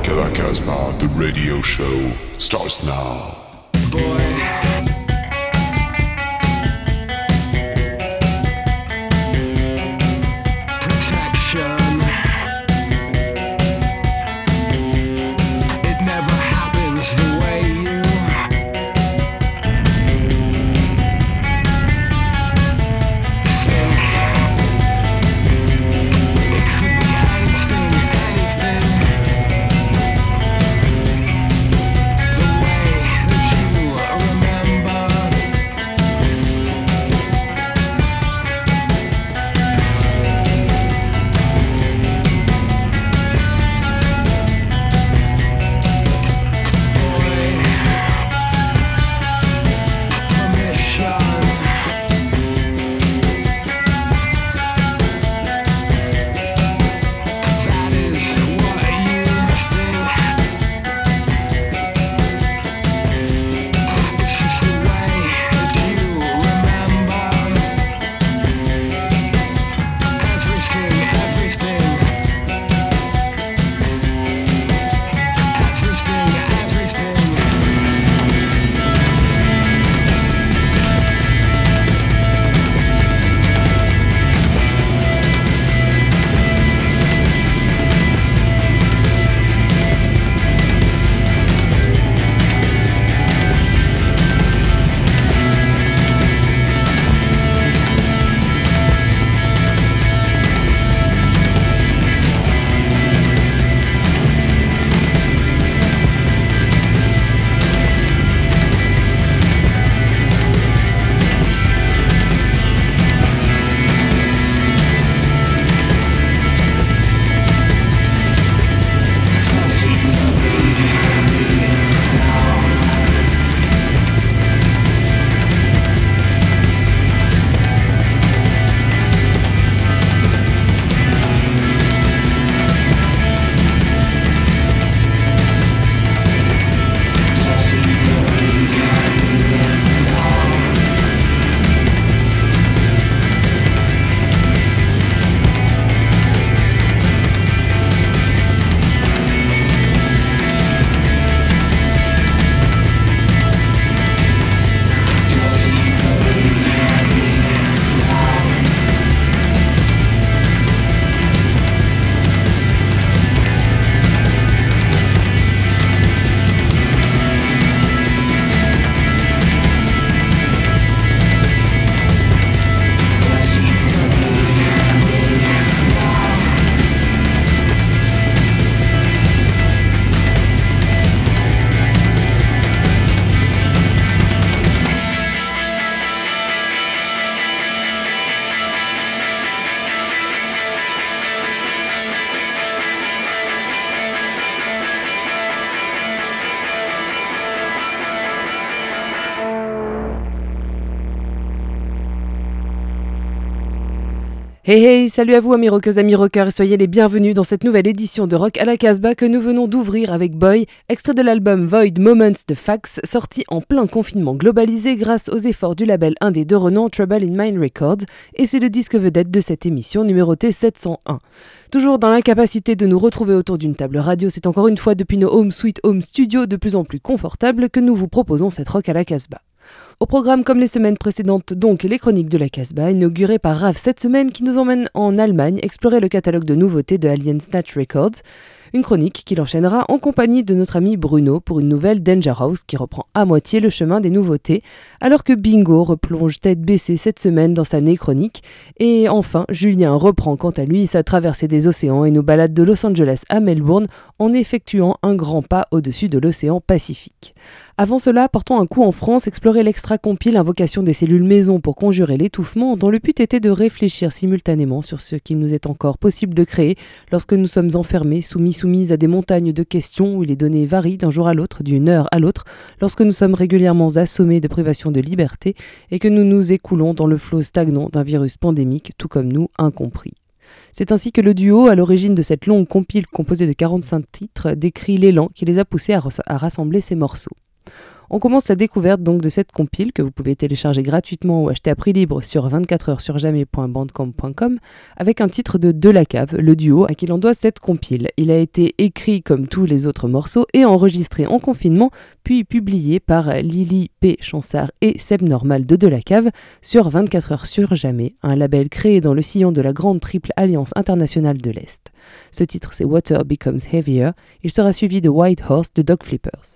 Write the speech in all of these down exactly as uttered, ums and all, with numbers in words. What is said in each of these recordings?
à la Casbah, the radio show starts now. Boy. Hey hey, salut à vous amis rockeuses, amis rockers et soyez les bienvenus dans cette nouvelle édition de Rock à la Casbah que nous venons d'ouvrir avec Boy, extrait de l'album Void Moments de Fax, sorti en plein confinement globalisé grâce aux efforts du label indé de renom Trouble in Mind Records, et c'est le disque vedette de cette émission numérotée sept cent un. Toujours dans l'incapacité de nous retrouver autour d'une table radio, c'est encore une fois depuis nos Home Sweet Home Studios de plus en plus confortables que nous vous proposons cette Rock à la Casbah. Au programme, comme les semaines précédentes, donc les chroniques de la Casbah, inaugurées par Raph cette semaine qui nous emmène en Allemagne explorer le catalogue de nouveautés de Alien Snatch Records. Une chronique qu'il enchaînera en compagnie de notre ami Bruno pour une nouvelle Danger House qui reprend à moitié le chemin des nouveautés, alors que Bingo replonge tête baissée cette semaine dans sa néchronique. Et enfin, Julien reprend quant à lui sa traversée des océans et nous balade de Los Angeles à Melbourne en effectuant un grand pas au-dessus de l'océan Pacifique. Avant cela, portons un coup en France, explorer l'extra compile Invocation des cellules maison pour conjurer l'étouffement, dont le but était de réfléchir simultanément sur ce qu'il nous est encore possible de créer lorsque nous sommes enfermés, soumis soumises à des montagnes de questions où les données varient d'un jour à l'autre, d'une heure à l'autre, lorsque nous sommes régulièrement assommés de privation de liberté et que nous nous écoulons dans le flot stagnant d'un virus pandémique, tout comme nous, incompris. C'est ainsi que le duo, à l'origine de cette longue compile composée de quarante-cinq titres, décrit l'élan qui les a poussés à, res- à rassembler ces morceaux. On commence la découverte donc de cette compile que vous pouvez télécharger gratuitement ou acheter à prix libre sur vingt-quatre heures sur jamais point bandcamp point com avec un titre de De la Cave, le duo à qui l'on doit cette compile. Il a été écrit comme tous les autres morceaux et enregistré en confinement puis publié par Lily P. Chansard et Seb Normal de De la Cave sur vingt-quatre heures sur jamais, un label créé dans le sillon de la grande triple alliance internationale de l'Est. Ce titre c'est Water Becomes Heavier, il sera suivi de White Horse de Dog Flippers.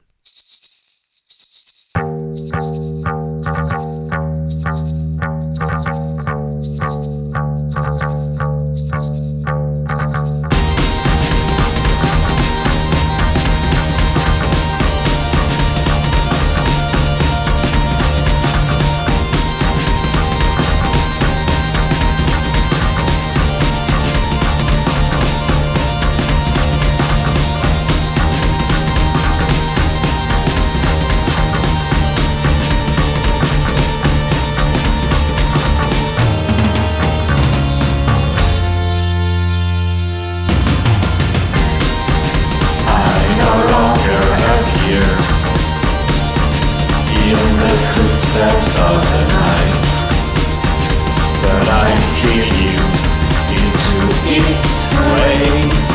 Footsteps of the night, but I feel you into its ways.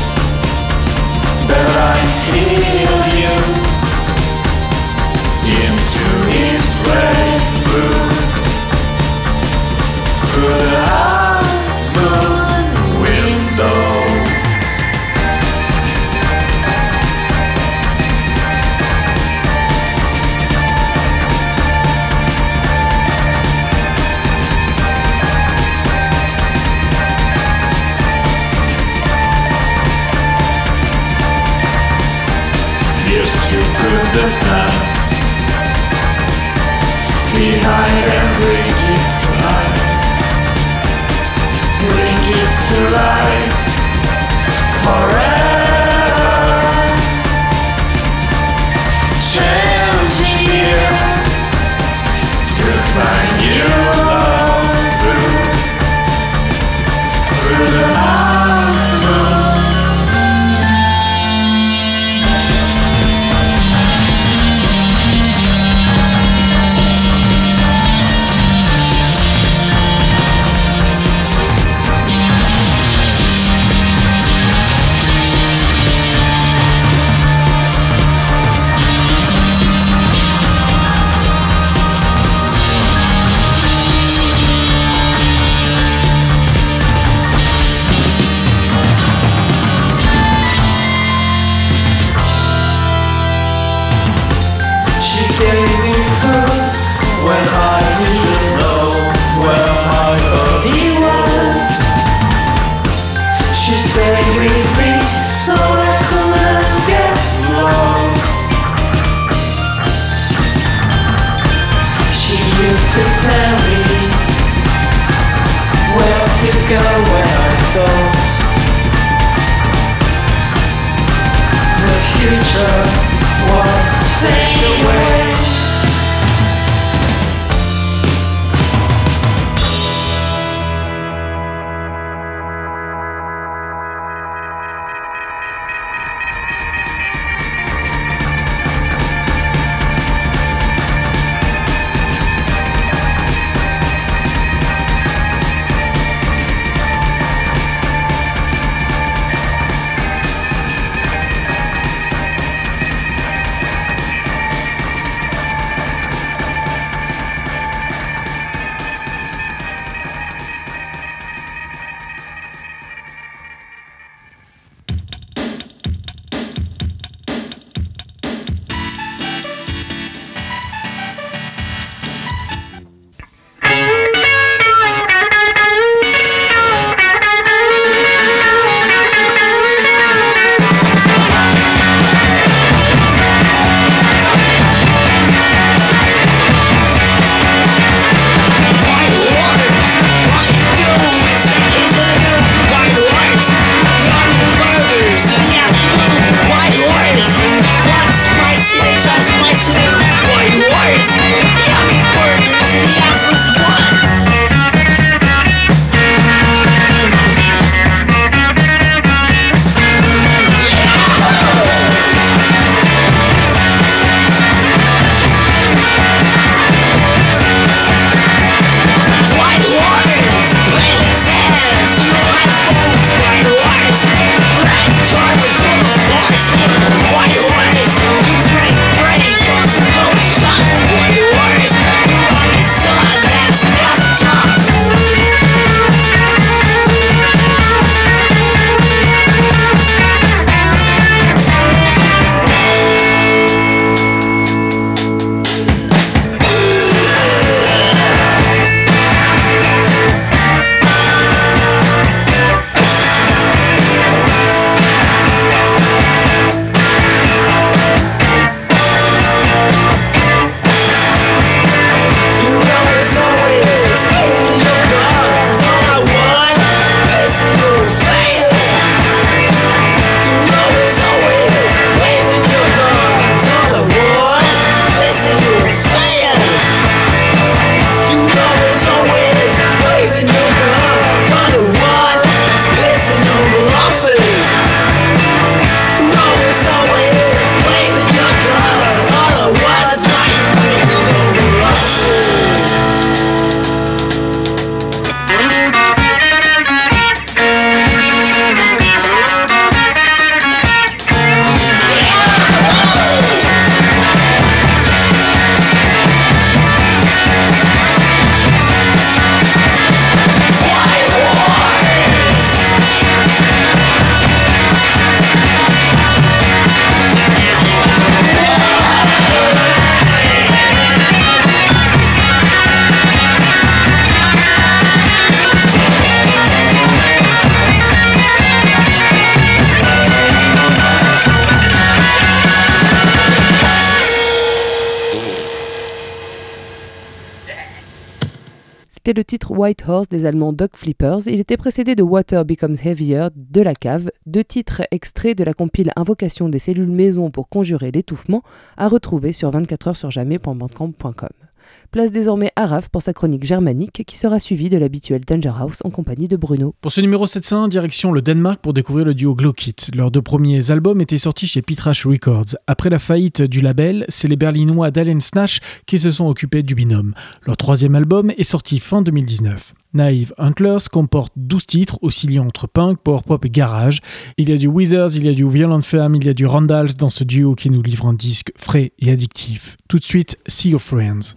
But I feel you into its ways through, through the half moon window. To put the past behind and bring it to life, bring it to life forever. Change here to find you love through, through the unknown. C'était le titre White Horse des Allemands Dog Flippers. Il était précédé de Water Becomes Heavier de La Cave, deux titres extraits de la compile Invocation des cellules maison pour conjurer l'étouffement, à retrouver sur vingt-quatre heures sur jamais point bandcamp point com. Place désormais à Raph pour sa chronique germanique qui sera suivie de l'habituel Danger House en compagnie de Bruno. Pour ce numéro sept cent un, direction le Danemark pour découvrir le duo Glowkit. Leurs deux premiers albums étaient sortis chez Pitrash Records. Après la faillite du label, c'est les Berlinois d'Allen Snatch qui se sont occupés du binôme. Leur troisième album est sorti fin deux mille dix-neuf. Naive Antlers comporte douze titres oscillant entre punk, power pop et garage. Il y a du Withers, il y a du Violent Femmes, il y a du Randalls dans ce duo qui nous livre un disque frais et addictif. Tout de suite, See Your Friends.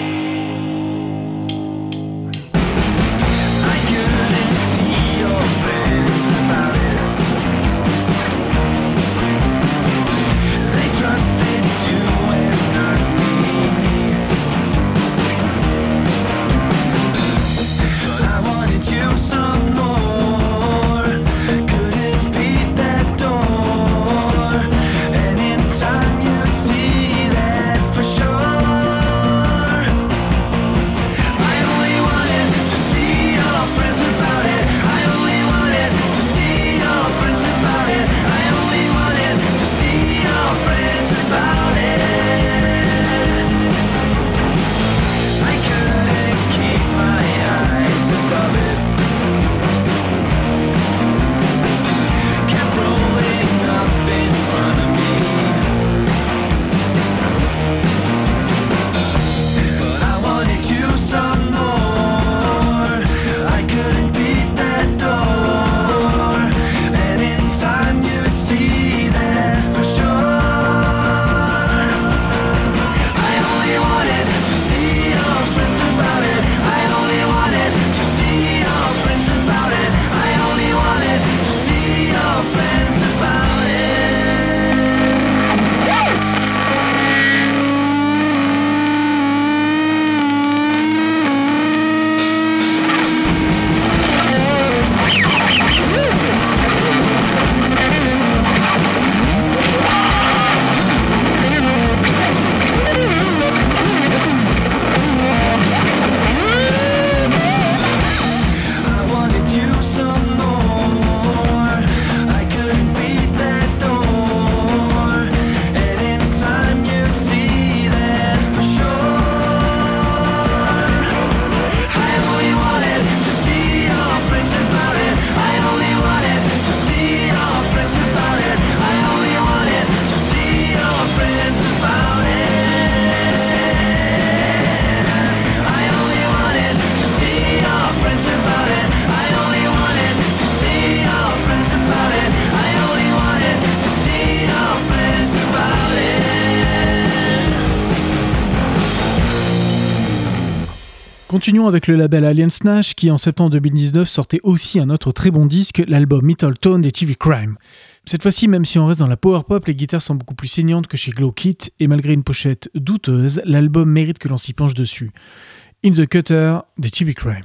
Continuons avec le label Alien Snatch qui en septembre deux mille dix-neuf sortait aussi un autre très bon disque, l'album Metal Tone des T V Crime. Cette fois-ci, même si on reste dans la power pop, les guitares sont beaucoup plus saignantes que chez Glowkit et malgré une pochette douteuse, l'album mérite que l'on s'y penche dessus. In the Cutter des T V Crimes.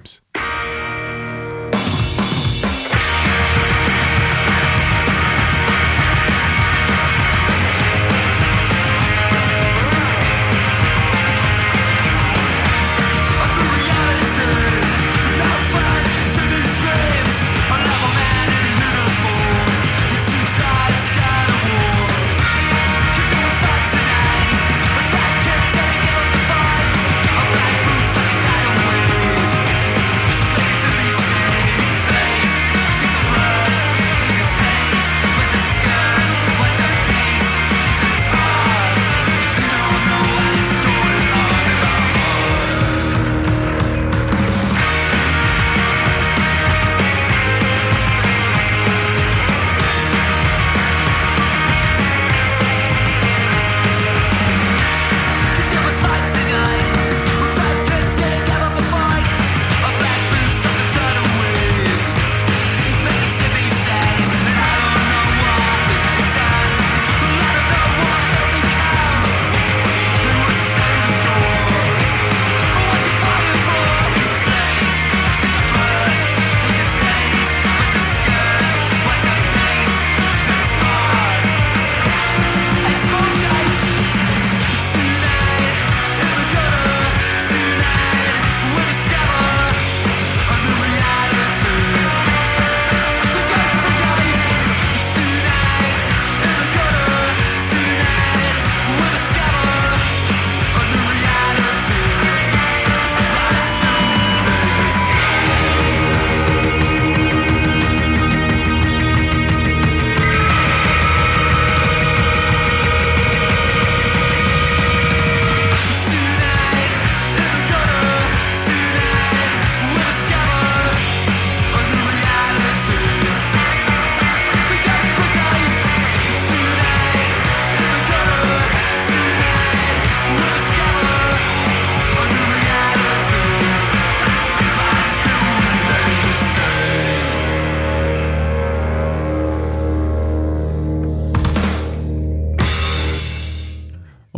She's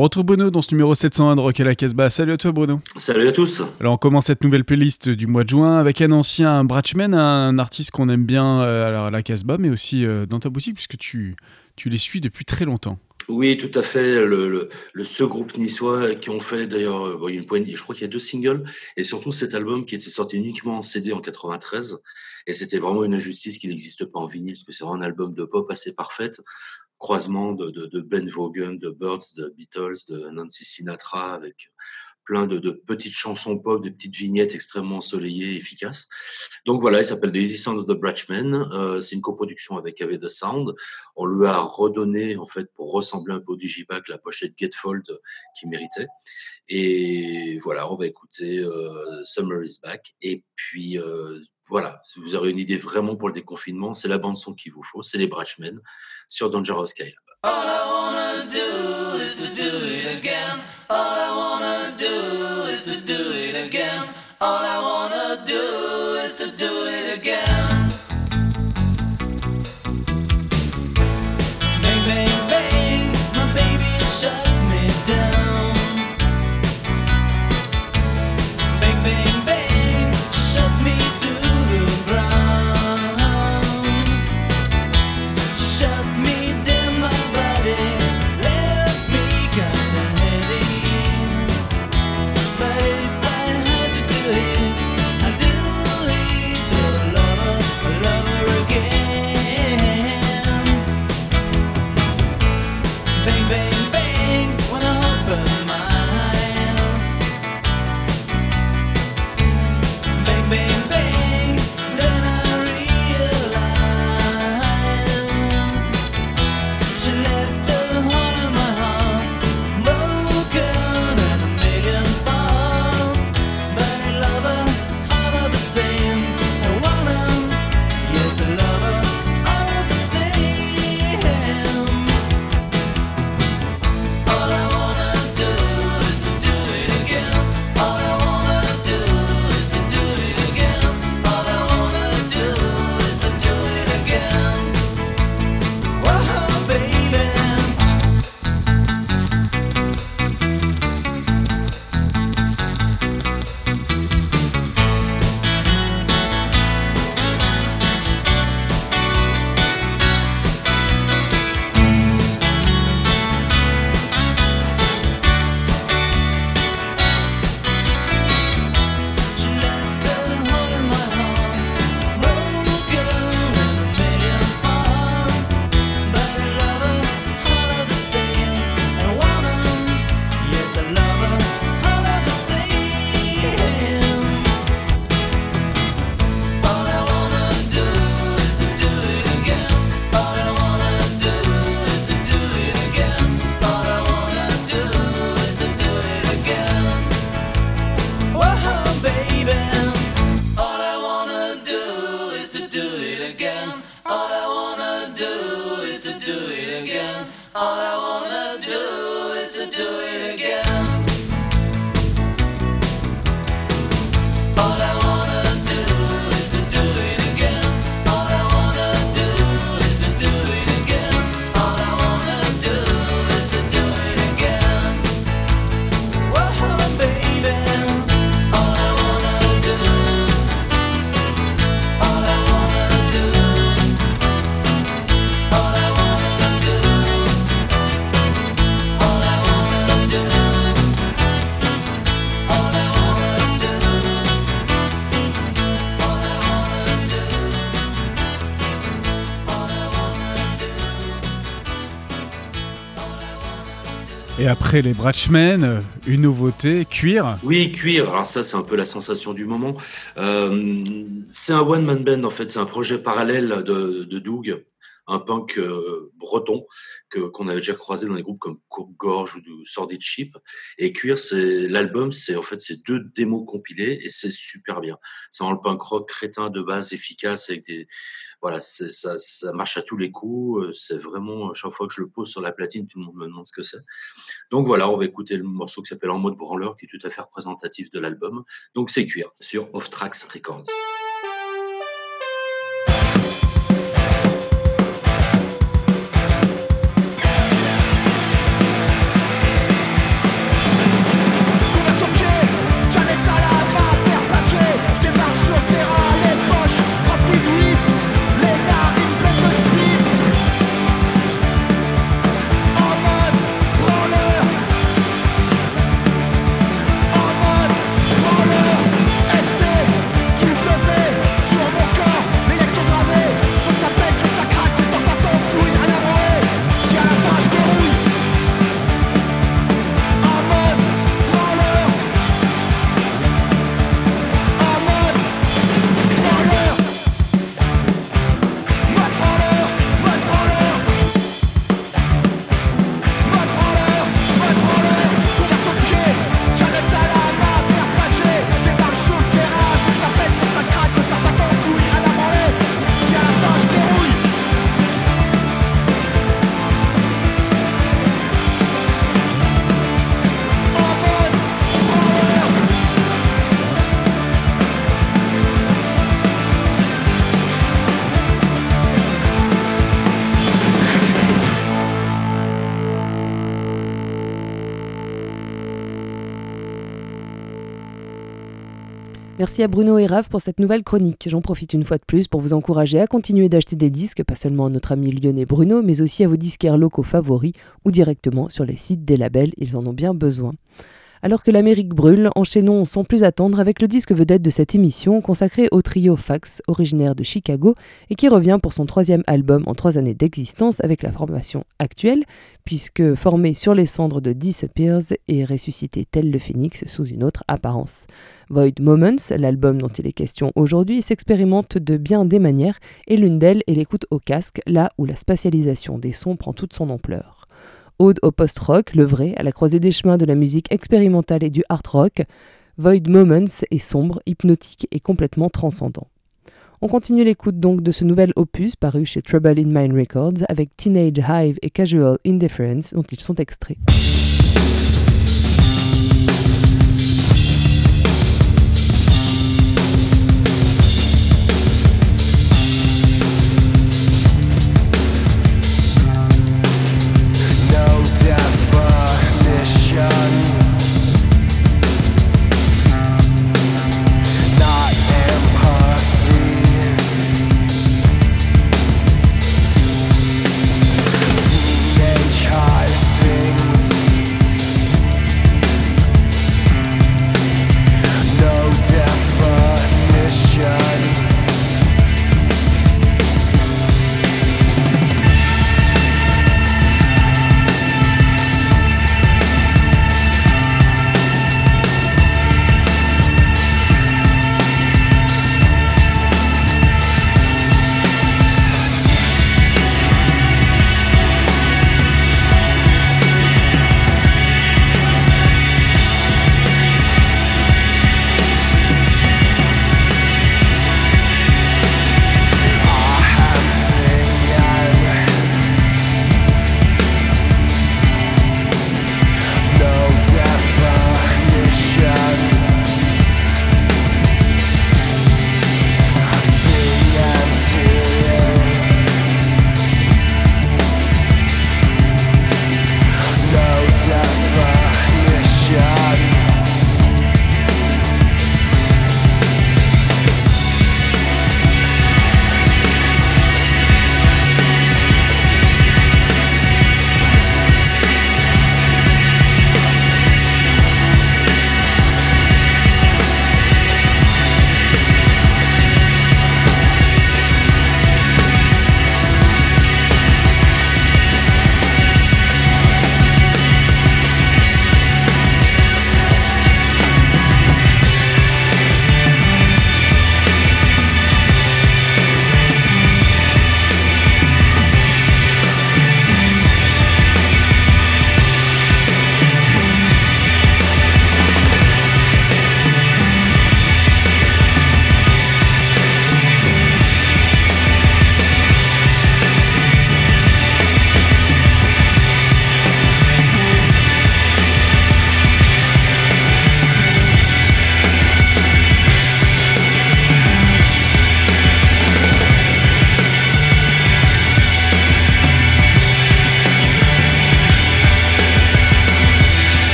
On retrouve Bruno dans ce numéro sept cent un de Rock à la Casbah. Salut à toi Bruno. Salut à tous. Alors on commence cette nouvelle playlist du mois de juin avec un ancien Bratchman, un artiste qu'on aime bien euh, à la Casbah, mais aussi euh, dans ta boutique puisque tu, tu les suis depuis très longtemps. Oui, tout à fait. Le, le, le ce groupe niçois qui ont fait d'ailleurs, bon, il y a une poignée, je crois qu'il y a deux singles et surtout cet album qui était sorti uniquement en C D en quatre-vingt-treize. Et c'était vraiment une injustice qu'il n'existe pas en vinyle parce que c'est vraiment un album de pop assez parfait. Croisement de, de, de Ben Vaughan, de Birds, de Beatles, de Nancy Sinatra avec plein de, de petites chansons pop, des petites vignettes extrêmement ensoleillées et efficaces. Donc voilà, il s'appelle The Easy Sound of the Bratchmen. Euh, c'est une coproduction avec A V The Sound. On lui a redonné, en fait, pour ressembler un peu au Digipack, la pochette Gatefold qu'il méritait. Et voilà, on va écouter euh, Summer is Back. Et puis, euh, voilà, si vous aurez une idée vraiment pour le déconfinement, c'est la bande-son qu'il vous faut. C'est les Bratchmen sur Dangerous Skylab. All I wanna do is to do it again. All I wanna do is to do it again. All I wanna do is to do it again. Bang, bang, bang, my baby shut me down. Bang, bang, bang, she shut me to the ground. She shut me down, my body left me kinda heavy. But if I had to do it, I'd do it all over, all over again. Bang, bang, bang, when I open my eyes. Bang, bang, bang, then I realized she left a hole in my heart, broken in a million parts. But I love her, all of the same. I wanna, yes, I love her, all of the same. All I wanna do is to do it again. All I wanna do is to do it again. All I wanna do is to do it again. Whoa, baby. She left a hole in my heart, broken in a million parts. But I love her, all of the same. I wanna, yes, I love her, all of the same. All I wanna do is to do it again. All I wanna do is to do it again. All I wanna do is to do it again. Whoa, baby. All I wanna do is to do it again. All I wanna do is to do it again. All I wanna do is to do it again. All I wanna do is to do it again. All I wanna do is to do it again. All I wanna do is to do it again. Whoa, baby. All I wanna do, all I wanna do, all I wanna do, all I wanna do, all I wanna do, all I wanna do, all I wanna do, all I wanna do. Et après les Bratchmen, euh, une nouveauté, Cuir. Oui, Cuir. Alors ça, c'est un peu la sensation du moment. Euh, c'est un one-man band, en fait. C'est un projet parallèle de, de Doug, un punk euh, breton que, qu'on avait déjà croisé dans des groupes comme Courbe-Gorge ou du Sordid Ship. Et Cuir, c'est l'album, c'est en fait c'est deux démos compilées et c'est super bien. C'est vraiment le punk rock crétin de base, efficace avec des voilà, c'est, ça, ça marche à tous les coups. C'est vraiment, chaque fois que je le pose sur la platine, tout le monde me demande ce que c'est. Donc voilà, on va écouter le morceau qui s'appelle En mode branleur, qui est tout à fait représentatif de l'album. Donc c'est Cuir, sur Off Tracks Records. All Merci à Bruno et Raph pour cette nouvelle chronique. J'en profite une fois de plus pour vous encourager à continuer d'acheter des disques, pas seulement à notre ami lyonnais Bruno, mais aussi à vos disquaires locaux favoris ou directement sur les sites des labels, ils en ont bien besoin. Alors que l'Amérique brûle, enchaînons sans plus attendre avec le disque vedette de cette émission consacré au trio Fax, originaire de Chicago, et qui revient pour son troisième album en trois années d'existence avec la formation actuelle, puisque formé sur les cendres de Disappears et ressuscité tel le phénix sous une autre apparence. Void Moments, l'album dont il est question aujourd'hui, s'expérimente de bien des manières, et l'une d'elles est l'écoute au casque, là où la spatialisation des sons prend toute son ampleur. Ode au post-rock, le vrai, à la croisée des chemins de la musique expérimentale et du hard rock, Void Moments est sombre, hypnotique et complètement transcendant. On continue l'écoute donc de ce nouvel opus paru chez Trouble in Mind Records avec Teenage Hive et Casual Indifference dont ils sont extraits. Teenage high things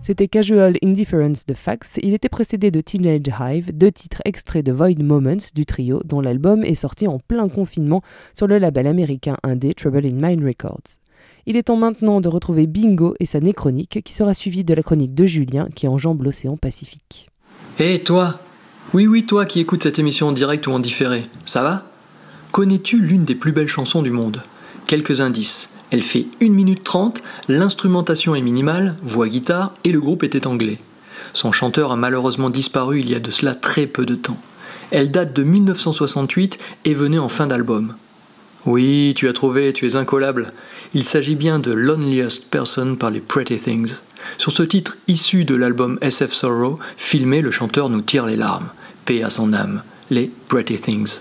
C'était Casual Indifference de Fax. Il était précédé de Teenage Hive, deux titres extraits de Void Moments du trio, dont l'album est sorti en plein confinement sur le label américain indé Trouble in Mind Records. Il est temps maintenant de retrouver Bingo et sa néchronique, qui sera suivie de la chronique de Julien qui enjambe l'océan Pacifique. Hé hey, toi! Oui oui toi qui écoutes cette émission en direct ou en différé, ça va? Connais-tu l'une des plus belles chansons du monde? Quelques indices. Elle fait une minute trente, l'instrumentation est minimale, voix guitare, et le groupe était anglais. Son chanteur a malheureusement disparu il y a de cela très peu de temps. Elle date de mille neuf cent soixante-huit et venait en fin d'album. Oui, tu as trouvé, tu es incollable. Il s'agit bien de Loneliest Person par les Pretty Things. Sur ce titre issu de l'album S F Sorrow, filmé, le chanteur nous tire les larmes. Paix à son âme, les Pretty Things.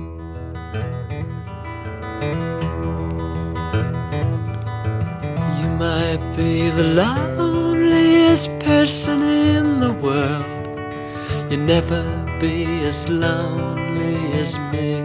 You might be the loneliest person in the world. You'll never be as lonely as me.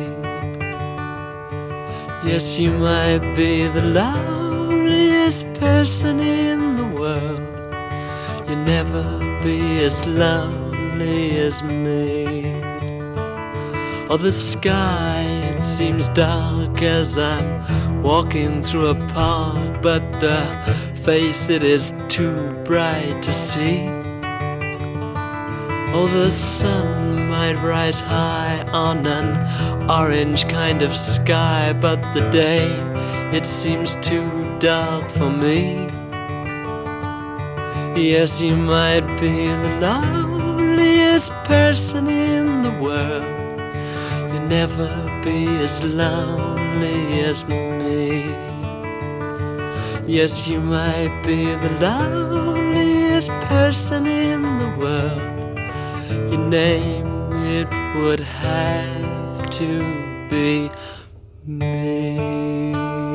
Yes, you might be the loneliest person in the world. You'll never be as lonely as me. Oh, the sky, it seems dark as I'm walking through a park, but the face, it is too bright to see. Oh, the sun might rise high on an orange kind of sky, but the day, it seems too dark for me. Yes, you might be the loneliest person in the world. You'll never be as lonely as me. Yes, you might be the loneliest person in the world. Your name, it would have to be me.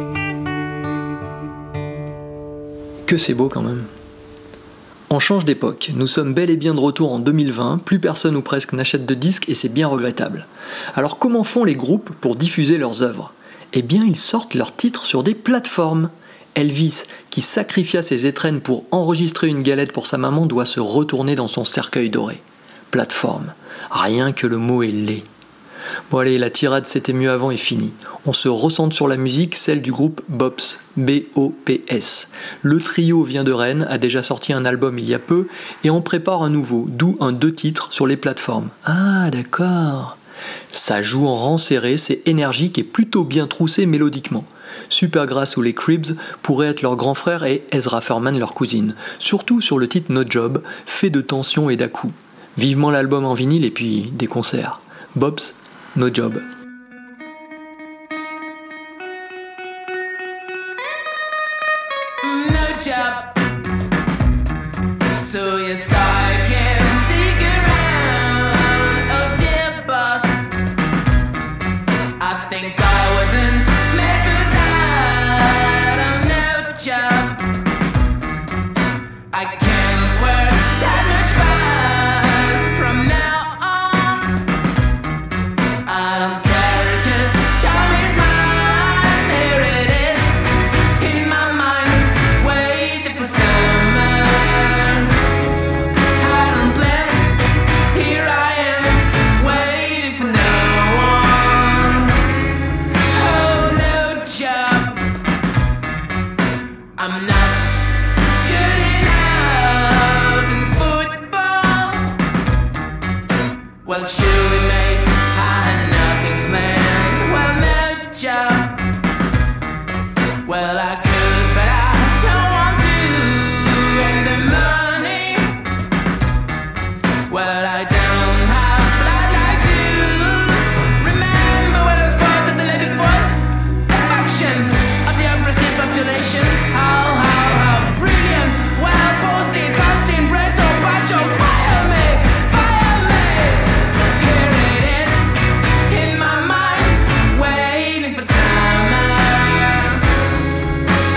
Que c'est beau quand même. On change d'époque, nous sommes bel et bien de retour en deux mille vingt, plus personne ou presque n'achète de disques et c'est bien regrettable. Alors comment font les groupes pour diffuser leurs œuvres? Eh bien ils sortent leurs titres sur des plateformes. Elvis, qui sacrifia ses étrennes pour enregistrer une galette pour sa maman, doit se retourner dans son cercueil doré. Plateforme, rien que le mot est laid. Bon allez, la tirade c'était mieux avant est finie. On se recentre sur la musique, celle du groupe Bops, B O P S. Le trio vient de Rennes, a déjà sorti un album il y a peu, et en prépare un nouveau, d'où un deux titres sur les plateformes. Ah d'accord. Ça joue en rang serré, c'est énergique et plutôt bien troussé mélodiquement. Supergrass ou les Cribs pourraient être leur grand frère et Ezra Furman leur cousine, surtout sur le titre No Job, fait de tension et d'à-coups. Vivement l'album en vinyle et puis des concerts. Bops, No Job. No job, so yes I can stick around. Oh dear boss, I think I wasn't made for that. Oh no job, I can't work that much fast. From now on, I don't care 'cause time is mine. Here it is in my mind, waiting for summer. I don't plan, here I am, waiting for no one. Oh no job, I'm not good enough in football. Well, sure we mate, I had nothing planned. Well, no job. Well, I could, but I don't want to. And the money, well, I don't have, but I'd like to. Remember when I was part of the Navy Force, a faction of the oppressive population. How, how, how brilliant, well posted, counting, breast or patch, oh, fire me, fire me. Here it is, in my mind, waiting for summer.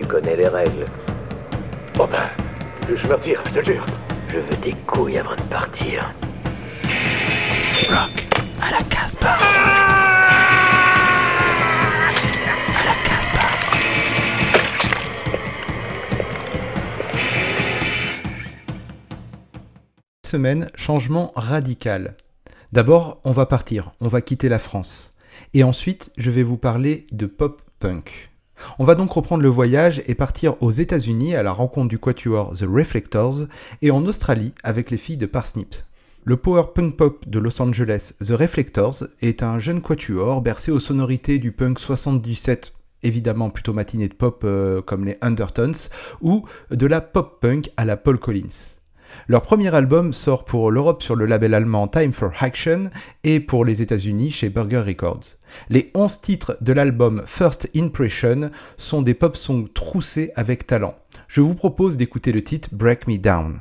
tu connais les règles. Bon ben, je me retire, je te jure. Je veux tes couilles avant de partir. Rock à la Casbah. À la Casbah. Semaine, changement radical. D'abord, on va partir, on va quitter la France. Et ensuite, je vais vous parler de pop-punk. On va donc reprendre le voyage et partir aux États-Unis à la rencontre du quatuor The Reflectors et en Australie avec les filles de Parsnip. Le power punk pop de Los Angeles, The Reflectors, est un jeune quatuor bercé aux sonorités du punk soixante-dix-sept, évidemment plutôt matinée de pop euh, comme les Undertones, ou de la pop-punk à la Paul Collins. Leur premier album sort pour l'Europe sur le label allemand Time for Action et pour les États-Unis chez Burger Records. Les onze titres de l'album First Impression sont des pop-songs troussés avec talent. Je vous propose d'écouter le titre Break Me Down.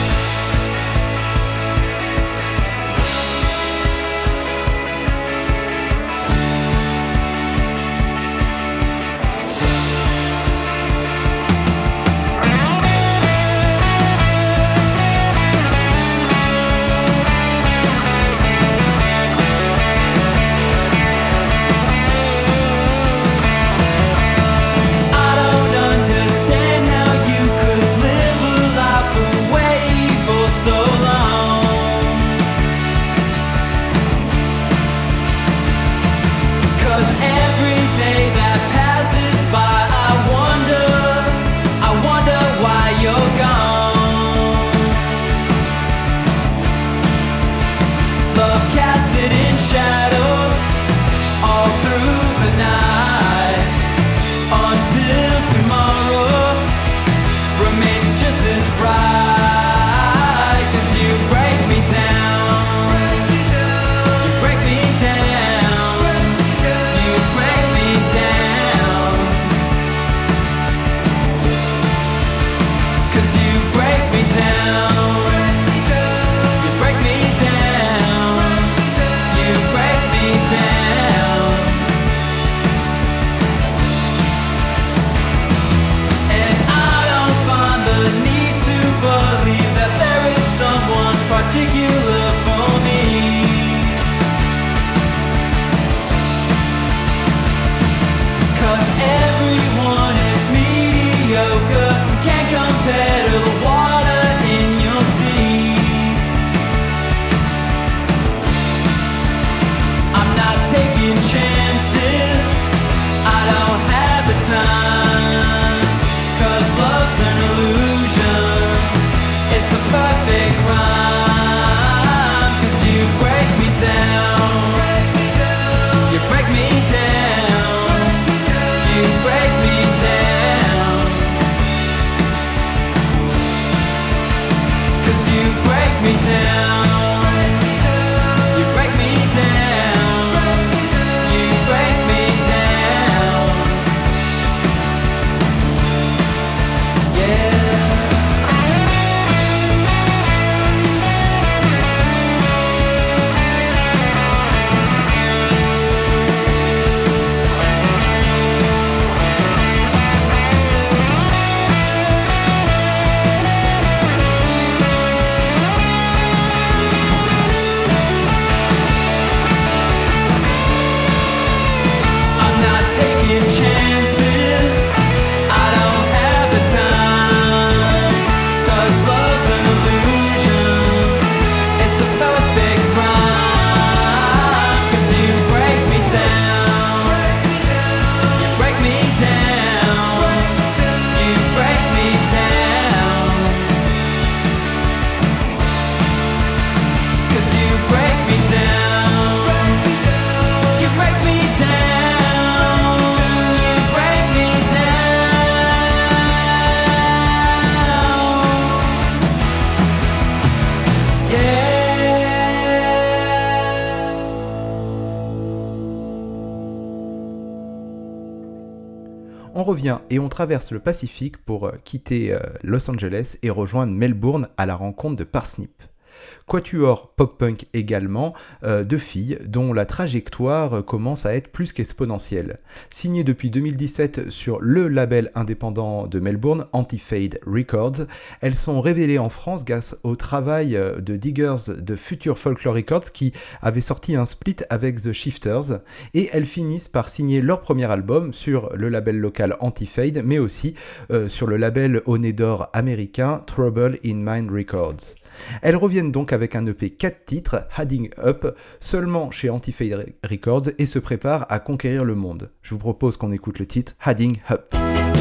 On revient et on traverse le Pacifique pour quitter Los Angeles et rejoindre Melbourne à la rencontre de Parsnip. Quatuor pop-punk également, euh, de filles dont la trajectoire commence à être plus qu'exponentielle. Signées depuis deux mille dix-sept sur le label indépendant de Melbourne, Anti-Fade Records, elles sont révélées en France grâce au travail de Diggers de Future Folklore Records qui avait sorti un split avec The Shifters, et elles finissent par signer leur premier album sur le label local Anti-Fade, mais aussi euh, sur le label au nez d'or américain Trouble in Mind Records. Elles reviennent donc avec un E P quatre titres, Adding Up, seulement chez Anti-Fade Records, et se préparent à conquérir le monde. Je vous propose qu'on écoute le titre Adding Up.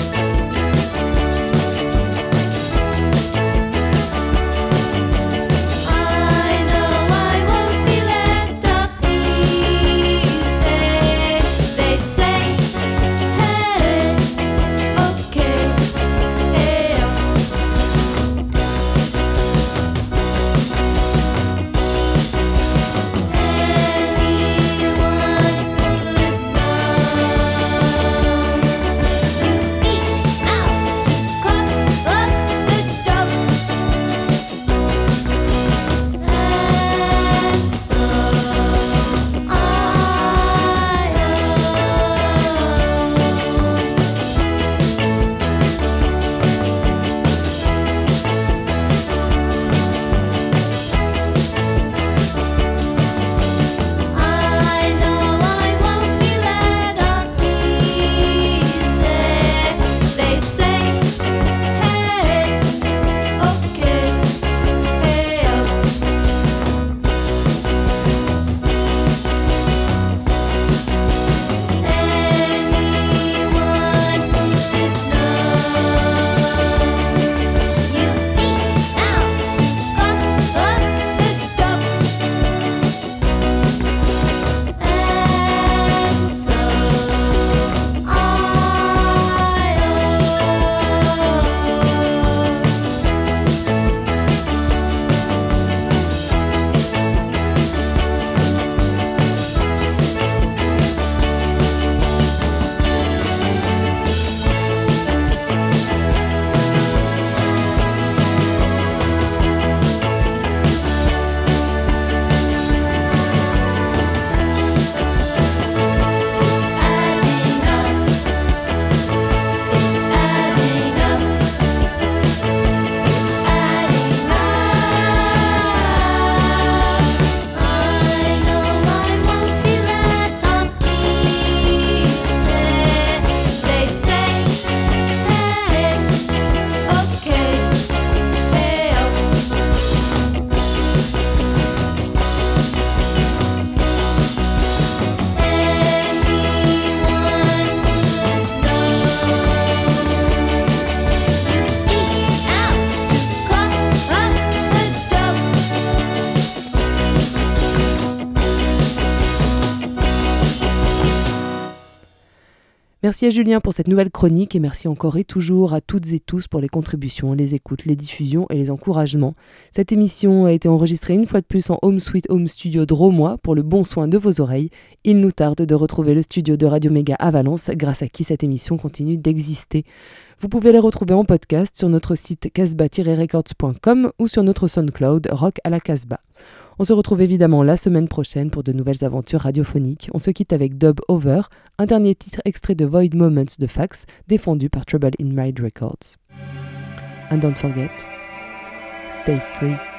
Merci à Julien pour cette nouvelle chronique et merci encore et toujours à toutes et tous pour les contributions, les écoutes, les diffusions et les encouragements. Cette émission a été enregistrée une fois de plus en Home Sweet Home Studio Dromois pour le bon soin de vos oreilles. Il nous tarde de retrouver le studio de Radio Méga à Valence, grâce à qui cette émission continue d'exister. Vous pouvez les retrouver en podcast sur notre site casbah tiret records point com ou sur notre SoundCloud Rock à la Casbah. On se retrouve évidemment la semaine prochaine pour de nouvelles aventures radiophoniques. On se quitte avec Dub Over, un dernier titre extrait de Void Moments de Fax, défendu par Trouble in Mind Records. And don't forget, stay free.